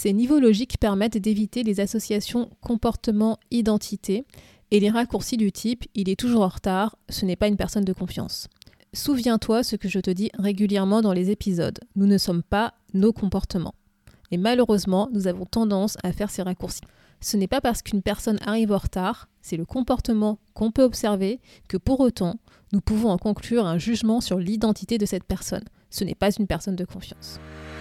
Ces niveaux logiques permettent d'éviter les associations comportement-identité et les raccourcis du type « il est toujours en retard, ce n'est pas une personne de confiance ». Souviens-toi ce que je te dis régulièrement dans les épisodes, nous ne sommes pas nos comportements. Et malheureusement, nous avons tendance à faire ces raccourcis. Ce n'est pas parce qu'une personne arrive en retard, c'est le comportement qu'on peut observer, que pour autant, nous pouvons en conclure un jugement sur l'identité de cette personne. Ce n'est pas une personne de confiance.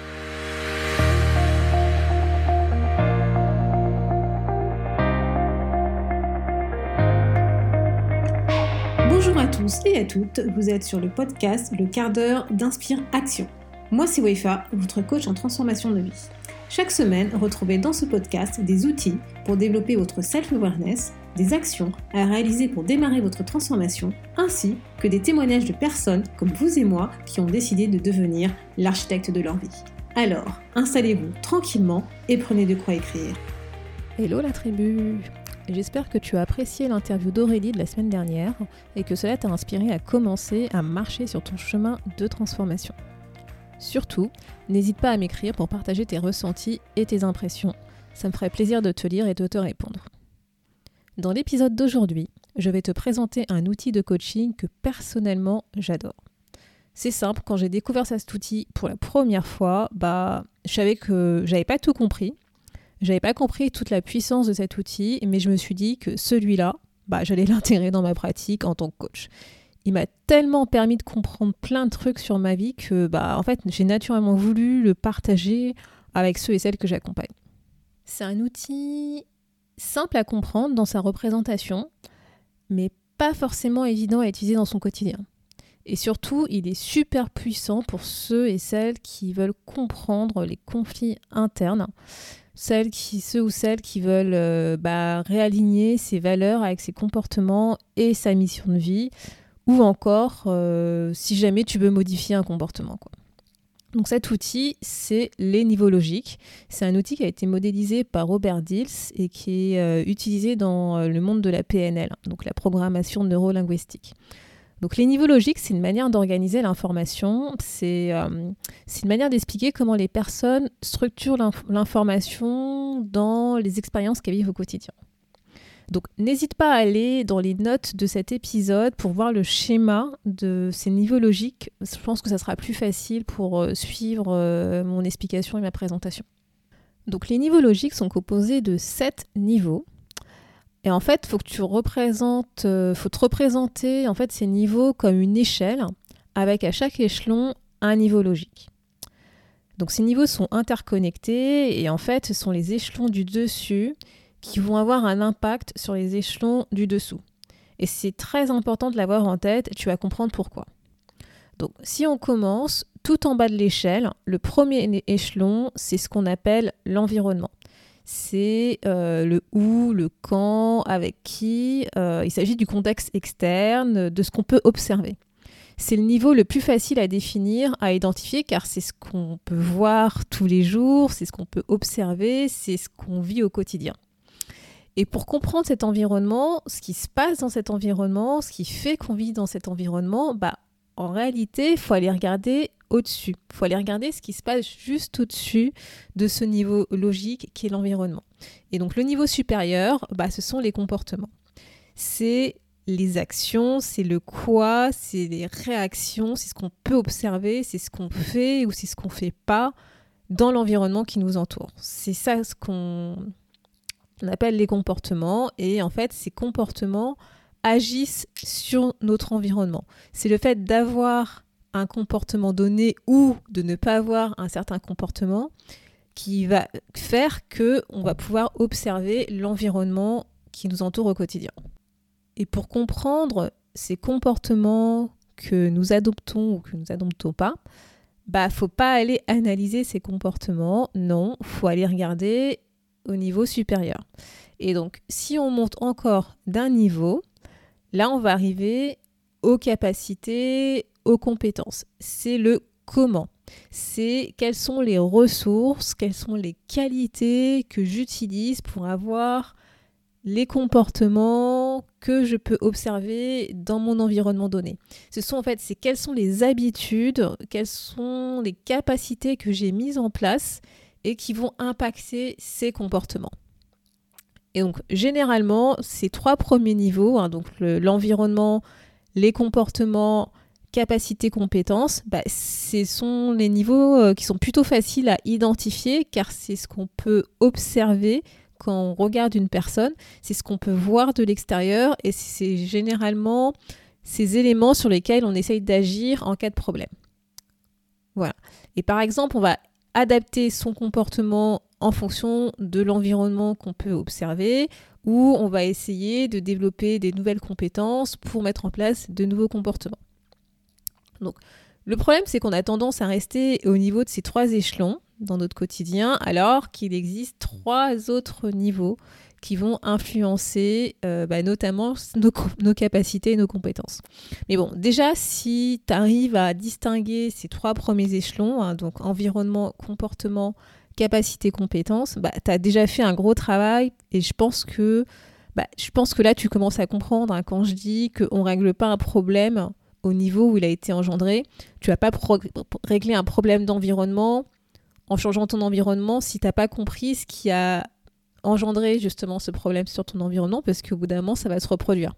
Bonjour à tous et à toutes, vous êtes sur le podcast Le quart d'heure d'Inspire Action. Moi c'est Weifa, votre coach en transformation de vie. Chaque semaine, retrouvez dans ce podcast des outils pour développer votre self-awareness, des actions à réaliser pour démarrer votre transformation, ainsi que des témoignages de personnes comme vous et moi qui ont décidé de devenir l'architecte de leur vie. Alors, installez-vous tranquillement et prenez de quoi écrire. Hello la tribu! J'espère que tu as apprécié l'interview d'Aurélie de la semaine dernière et que cela t'a inspiré à commencer à marcher sur ton chemin de transformation. Surtout, n'hésite pas à m'écrire pour partager tes ressentis et tes impressions. Ça me ferait plaisir de te lire et de te répondre. Dans l'épisode d'aujourd'hui, je vais te présenter un outil de coaching que personnellement j'adore. C'est simple, quand j'ai découvert cet outil pour la première fois, je savais que j'avais pas tout compris. J'avais pas compris toute la puissance de cet outil, mais je me suis dit que celui-là, j'allais l'intégrer dans ma pratique en tant que coach. Il m'a tellement permis de comprendre plein de trucs sur ma vie que j'ai naturellement voulu le partager avec ceux et celles que j'accompagne. C'est un outil simple à comprendre dans sa représentation, mais pas forcément évident à utiliser dans son quotidien. Et surtout, il est super puissant pour ceux et celles qui veulent comprendre les conflits internes, ceux ou celles qui veulent réaligner ses valeurs avec ses comportements et sa mission de vie, ou encore si jamais tu veux modifier un comportement, quoi. Donc cet outil, c'est les niveaux logiques. C'est un outil qui a été modélisé par Robert Dills et qui est utilisé dans le monde de la PNL, donc la programmation neurolinguistique. Donc les niveaux logiques, c'est une manière d'organiser l'information, c'est une manière d'expliquer comment les personnes structurent l'information dans les expériences qu'elles vivent au quotidien. Donc n'hésite pas à aller dans les notes de cet épisode pour voir le schéma de ces niveaux logiques. Je pense que ça sera plus facile pour suivre mon explication et ma présentation. Donc les niveaux logiques sont composés de 7 niveaux. Et en fait, faut te représenter en fait ces niveaux comme une échelle avec à chaque échelon un niveau logique. Donc ces niveaux sont interconnectés et en fait, ce sont les échelons du dessus qui vont avoir un impact sur les échelons du dessous. Et c'est très important de l'avoir en tête, tu vas comprendre pourquoi. Donc si on commence tout en bas de l'échelle, le premier échelon, c'est ce qu'on appelle l'environnement. C'est le où, le quand, avec qui. Il s'agit du contexte externe, de ce qu'on peut observer. C'est le niveau le plus facile à définir, à identifier, car c'est ce qu'on peut voir tous les jours, c'est ce qu'on peut observer, c'est ce qu'on vit au quotidien. Et pour comprendre cet environnement, ce qui se passe dans cet environnement, ce qui fait qu'on vit dans cet environnement, en réalité, il faut aller regarder au-dessus. Il faut aller regarder ce qui se passe juste au-dessus de ce niveau logique qui est l'environnement. Et donc le niveau supérieur, ce sont les comportements. C'est les actions, c'est le quoi, c'est les réactions, c'est ce qu'on peut observer, c'est ce qu'on fait ou c'est ce qu'on ne fait pas dans l'environnement qui nous entoure. C'est ça ce qu'on appelle les comportements. Et en fait, ces comportements agissent sur notre environnement. C'est le fait d'avoir un comportement donné ou de ne pas avoir un certain comportement qui va faire qu'on va pouvoir observer l'environnement qui nous entoure au quotidien. Et pour comprendre ces comportements que nous adoptons ou que nous n'adoptons pas, faut pas aller analyser ces comportements, non, faut aller regarder au niveau supérieur. Et donc, si on monte encore d'un niveau, là, on va arriver aux capacités, aux compétences. C'est le comment. C'est quelles sont les ressources, quelles sont les qualités que j'utilise pour avoir les comportements que je peux observer dans mon environnement donné. C'est quelles sont les habitudes, quelles sont les capacités que j'ai mises en place et qui vont impacter ces comportements. Et donc, généralement, ces 3 premiers niveaux, donc l'environnement, les comportements, capacité, compétences, ce sont les niveaux qui sont plutôt faciles à identifier car c'est ce qu'on peut observer quand on regarde une personne, c'est ce qu'on peut voir de l'extérieur et c'est généralement ces éléments sur lesquels on essaye d'agir en cas de problème. Voilà. Et par exemple, on va adapter son comportement en fonction de l'environnement qu'on peut observer ou on va essayer de développer des nouvelles compétences pour mettre en place de nouveaux comportements. Donc, le problème, c'est qu'on a tendance à rester au niveau de ces 3 échelons dans notre quotidien, alors qu'il existe 3 autres niveaux qui vont influencer notamment nos capacités et nos compétences. Mais bon, déjà, si tu arrives à distinguer ces 3 premiers échelons, donc environnement, comportement, capacité, compétences, tu as déjà fait un gros travail et je pense que là, tu commences à comprendre quand je dis qu'on ne règle pas un problème au niveau où il a été engendré. Tu ne vas pas régler un problème d'environnement en changeant ton environnement si tu n'as pas compris ce qui a engendré justement ce problème sur ton environnement parce qu'au bout d'un moment, ça va se reproduire.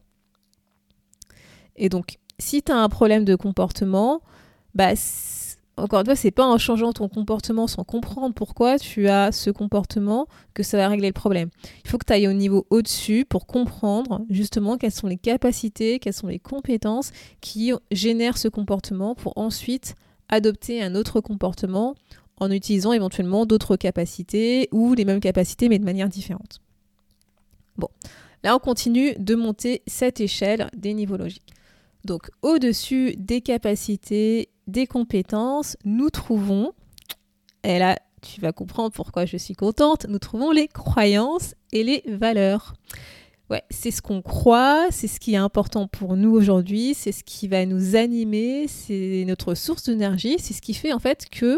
Et donc, si tu as un problème de comportement, encore une fois, c'est pas en changeant ton comportement sans comprendre pourquoi tu as ce comportement que ça va régler le problème. Il faut que tu ailles au niveau au-dessus pour comprendre justement quelles sont les capacités, quelles sont les compétences qui génèrent ce comportement pour ensuite adopter un autre comportement en utilisant éventuellement d'autres capacités ou les mêmes capacités mais de manière différente. Bon, là on continue de monter cette échelle des niveaux logiques. Donc au-dessus des capacités, des compétences, nous trouvons, et là tu vas comprendre pourquoi je suis contente, nous trouvons les croyances et les valeurs. Ouais, c'est ce qu'on croit, c'est ce qui est important pour nous aujourd'hui, c'est ce qui va nous animer, c'est notre source d'énergie, c'est ce qui fait en fait que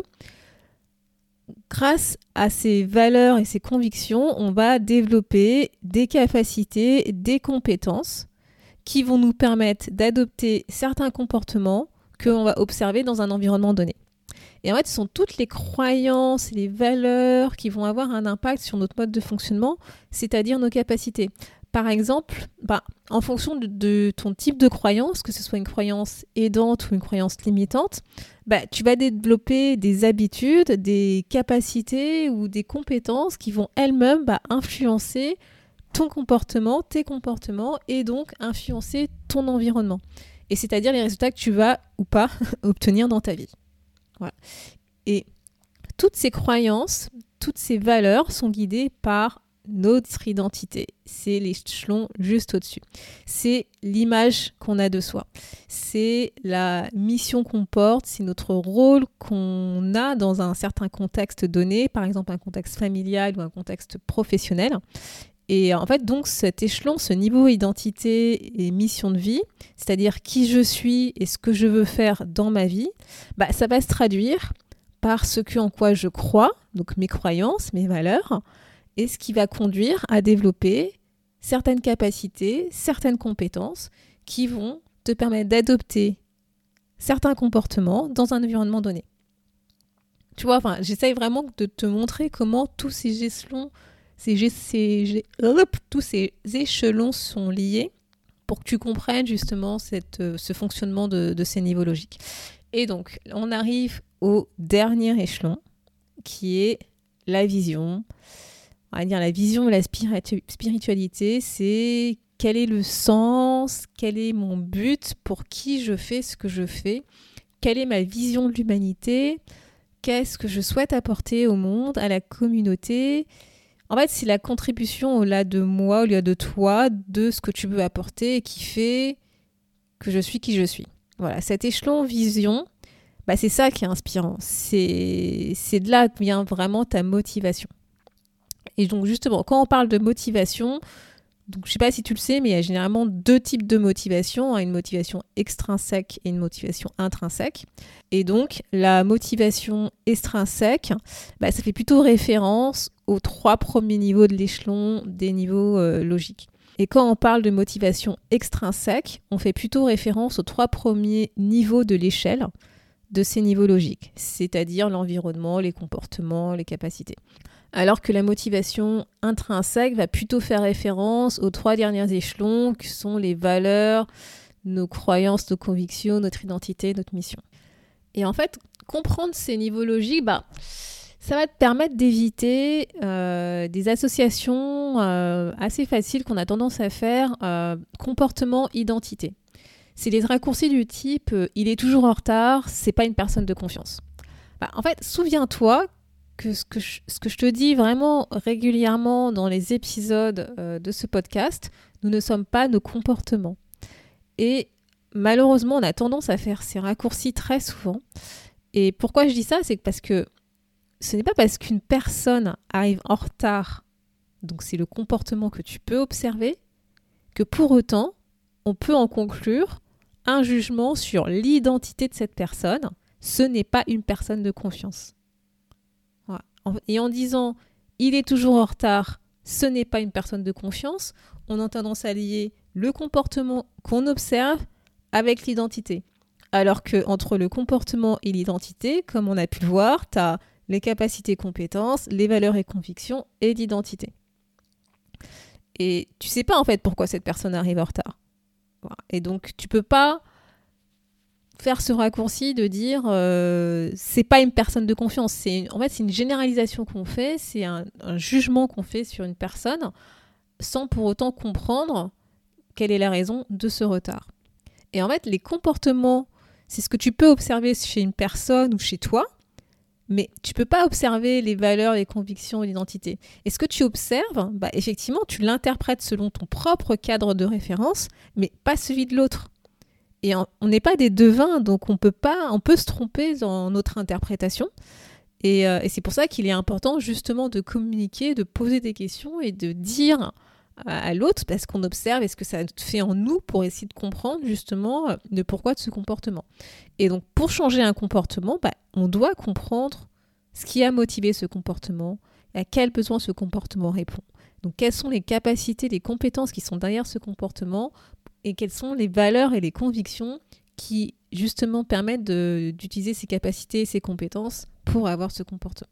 grâce à ces valeurs et ces convictions, on va développer des capacités, des compétences qui vont nous permettre d'adopter certains comportements qu'on va observer dans un environnement donné. Et en fait, ce sont toutes les croyances et les valeurs qui vont avoir un impact sur notre mode de fonctionnement, c'est-à-dire nos capacités. Par exemple, en fonction de ton type de croyance, que ce soit une croyance aidante ou une croyance limitante, tu vas développer des habitudes, des capacités ou des compétences qui vont elles-mêmes influencer ton comportement, tes comportements et donc influencer ton environnement. Et c'est-à-dire les résultats que tu vas ou pas obtenir dans ta vie. Voilà. Et toutes ces croyances, toutes ces valeurs sont guidées par notre identité. C'est l'échelon juste au-dessus. C'est l'image qu'on a de soi. C'est la mission qu'on porte, c'est notre rôle qu'on a dans un certain contexte donné, par exemple un contexte familial ou un contexte professionnel. Et en fait, donc, cet échelon, ce niveau identité et mission de vie, c'est-à-dire qui je suis et ce que je veux faire dans ma vie, ça va se traduire par ce en quoi je crois, donc mes croyances, mes valeurs, et ce qui va conduire à développer certaines capacités, certaines compétences qui vont te permettre d'adopter certains comportements dans un environnement donné. Tu vois, j'essaye vraiment de te montrer comment tous ces échelons tous ces échelons sont liés pour que tu comprennes justement ce fonctionnement de ces niveaux logiques. Et donc, on arrive au dernier échelon qui est la vision. On va dire la vision de la spiritualité, c'est quel est le sens, quel est mon but, pour qui je fais ce que je fais, quelle est ma vision de l'humanité, qu'est-ce que je souhaite apporter au monde, à la communauté. En fait, c'est la contribution au-delà de moi, au-delà de toi, de ce que tu veux apporter et qui fait que je suis qui je suis. Voilà, cet échelon vision, c'est ça qui est inspirant. C'est de là que vient vraiment ta motivation. Et donc justement, quand on parle de motivation, donc je ne sais pas si tu le sais, mais il y a généralement 2 types de motivation, une motivation extrinsèque et une motivation intrinsèque. Et donc la motivation extrinsèque, ça fait plutôt référence aux 3 premiers niveaux de l'échelon des niveaux logiques. Et quand on parle de motivation extrinsèque, on fait plutôt référence aux 3 premiers niveaux de l'échelle, de ces niveaux logiques, c'est-à-dire l'environnement, les comportements, les capacités. Alors que la motivation intrinsèque va plutôt faire référence aux 3 derniers échelons, qui sont les valeurs, nos croyances, nos convictions, notre identité, notre mission. Et en fait, comprendre ces niveaux logiques, ça va te permettre d'éviter des associations assez faciles qu'on a tendance à faire, comportement-identité. C'est les raccourcis du type il est toujours en retard, c'est pas une personne de confiance. En fait, souviens-toi que ce que je te dis vraiment régulièrement dans les épisodes de ce podcast, nous ne sommes pas nos comportements. Et malheureusement, on a tendance à faire ces raccourcis très souvent. Et pourquoi je dis ça, c'est parce que ce n'est pas parce qu'une personne arrive en retard, donc c'est le comportement que tu peux observer, que pour autant, on peut en conclure un jugement sur l'identité de cette personne. Ce n'est pas une personne de confiance. Voilà. Et en disant « il est toujours en retard », ce n'est pas une personne de confiance, on a tendance à lier le comportement qu'on observe avec l'identité. Alors qu'entre le comportement et l'identité, comme on a pu le voir, tu as les capacités et compétences, les valeurs et convictions et l'identité. Et tu sais pas en fait pourquoi cette personne arrive en retard. Voilà. Et donc tu peux pas faire ce raccourci de dire c'est pas une personne de confiance. En fait, c'est une généralisation qu'on fait, c'est un jugement qu'on fait sur une personne sans pour autant comprendre quelle est la raison de ce retard. Et en fait, les comportements, c'est ce que tu peux observer chez une personne ou chez toi, mais tu peux pas observer les valeurs, les convictions et l'identité. Et ce que tu observes, effectivement, tu l'interprètes selon ton propre cadre de référence, mais pas celui de l'autre. Et on n'est pas des devins, donc on peut se tromper dans notre interprétation. Et c'est pour ça qu'il est important justement de communiquer, de poser des questions et de dire à l'autre ce qu'on observe et ce que ça fait en nous pour essayer de comprendre justement le pourquoi de ce comportement. Et donc pour changer un comportement, on doit comprendre ce qui a motivé ce comportement, à quel besoin ce comportement répond. Donc quelles sont les capacités, les compétences qui sont derrière ce comportement et quelles sont les valeurs et les convictions qui justement permettent d'utiliser ces capacités et ces compétences pour avoir ce comportement.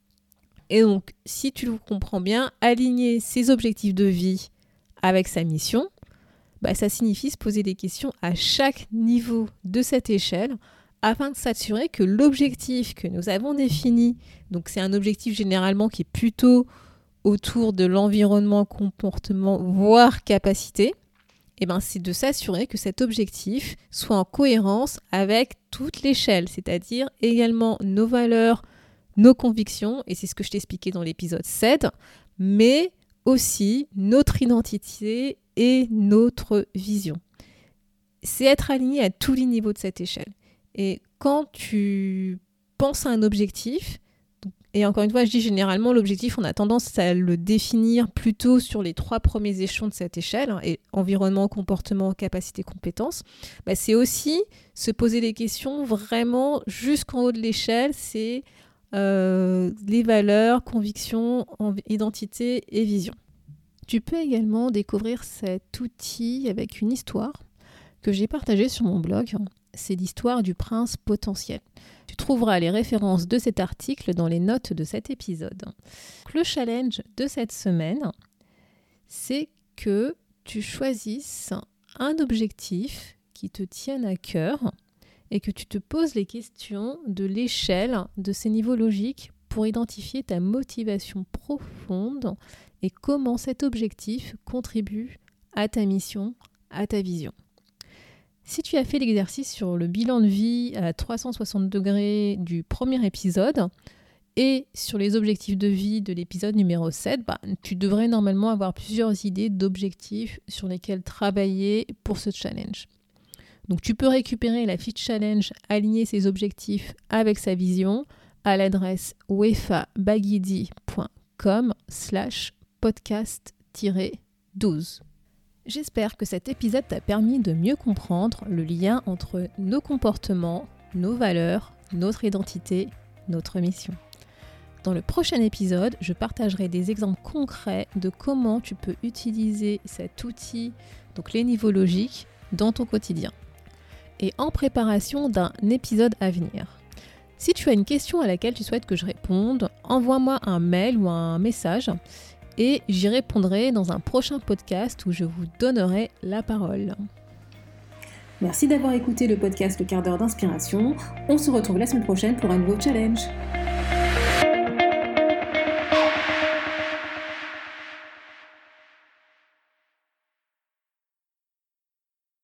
Et donc, si tu le comprends bien, aligner ses objectifs de vie avec sa mission, ça signifie se poser des questions à chaque niveau de cette échelle afin de s'assurer que l'objectif que nous avons défini, donc c'est un objectif généralement qui est plutôt autour de l'environnement, comportement, voire capacité, c'est de s'assurer que cet objectif soit en cohérence avec toute l'échelle, c'est-à-dire également nos valeurs, nos convictions, et c'est ce que je t'ai expliqué dans l'épisode 7, mais aussi notre identité et notre vision. C'est être aligné à tous les niveaux de cette échelle. Et quand tu penses à un objectif, et encore une fois, je dis généralement, l'objectif, on a tendance à le définir plutôt sur les 3 premiers échelons de cette échelle, et environnement, comportement, capacité, compétence. C'est aussi se poser des questions vraiment jusqu'en haut de l'échelle, c'est les valeurs, convictions, identité et vision. Tu peux également découvrir cet outil avec une histoire que j'ai partagée sur mon blog. C'est l'histoire du prince potentiel. Tu trouveras les références de cet article dans les notes de cet épisode. Le challenge de cette semaine, c'est que tu choisisses un objectif qui te tienne à cœur et que tu te poses les questions de l'échelle de ces niveaux logiques pour identifier ta motivation profonde et comment cet objectif contribue à ta mission, à ta vision. Si tu as fait l'exercice sur le bilan de vie à 360 degrés du premier épisode et sur les objectifs de vie de l'épisode numéro 7, tu devrais normalement avoir plusieurs idées d'objectifs sur lesquels travailler pour ce challenge. Donc tu peux récupérer la fiche challenge, aligner ses objectifs avec sa vision à l'adresse wefabagidi.com/podcast-12. J'espère que cet épisode t'a permis de mieux comprendre le lien entre nos comportements, nos valeurs, notre identité, notre mission. Dans le prochain épisode, je partagerai des exemples concrets de comment tu peux utiliser cet outil, donc les niveaux logiques, dans ton quotidien. et en préparation d'un épisode à venir. Si tu as une question à laquelle tu souhaites que je réponde, envoie-moi un mail ou un message et j'y répondrai dans un prochain podcast où je vous donnerai la parole. Merci d'avoir écouté le podcast Le quart d'heure d'inspiration. On se retrouve la semaine prochaine pour un nouveau challenge.